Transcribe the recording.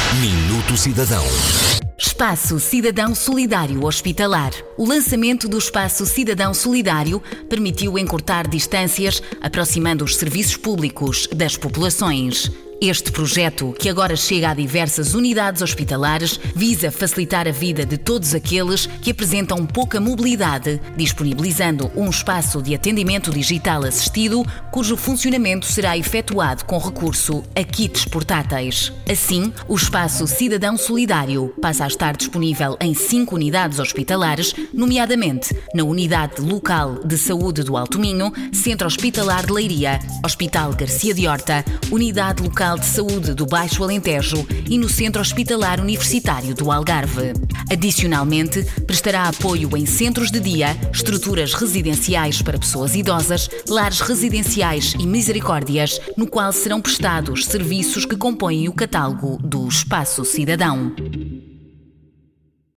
Minuto Cidadão. Espaço Cidadão Solidário Hospitalar. O lançamento do Espaço Cidadão Solidário permitiu encurtar distâncias, aproximando os serviços públicos das populações. Este projeto, que agora chega a diversas unidades hospitalares, visa facilitar a vida de todos aqueles que apresentam pouca mobilidade, disponibilizando um espaço de atendimento digital assistido, cujo funcionamento será efetuado com recurso a kits portáteis. Assim, o Espaço Cidadão Solidário passa a estar disponível em 5 unidades hospitalares, nomeadamente na Unidade Local de Saúde do Alto Minho, Centro Hospitalar de Leiria, Hospital Garcia de Horta, Unidade Local de Saúde do Baixo Alentejo e no Centro Hospitalar Universitário do Algarve. Adicionalmente, prestará apoio em centros de dia, estruturas residenciais para pessoas idosas, lares residenciais e misericórdias, no qual serão prestados serviços que compõem o catálogo do Espaço Cidadão.